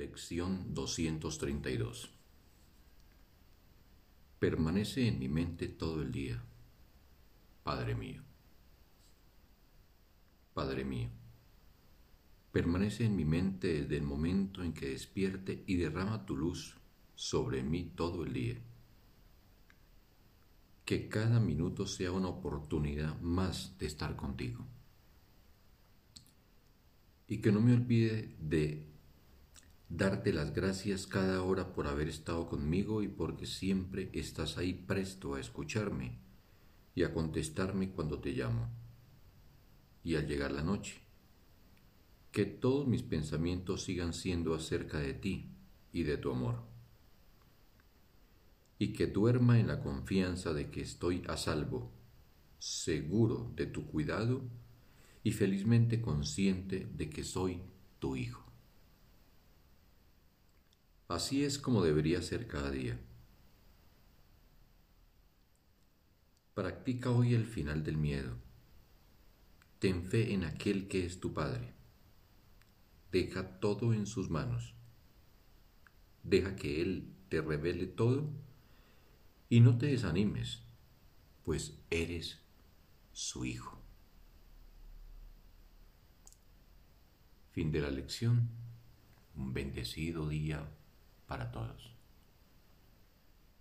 Lección 232. Permanece en mi mente todo el día, Padre mío. Padre mío, permanece en mi mente desde el momento en que despierte y derrama tu luz sobre mí todo el día. Que cada minuto sea una oportunidad más de estar contigo. Y que no me olvide de darte las gracias cada hora por haber estado conmigo y porque siempre estás ahí presto a escucharme y a contestarme cuando te llamo. Y al llegar la noche, que todos mis pensamientos sigan siendo acerca de ti y de tu amor. Y que duerma en la confianza de que estoy a salvo, seguro de tu cuidado y felizmente consciente de que soy tu hijo. Así es como debería ser cada día. Practica hoy el final del miedo. Ten fe en aquel que es tu Padre. Deja todo en sus manos. Deja que Él te revele todo y no te desanimes, pues eres su hijo. Fin de la lección. Un bendecido día para todos.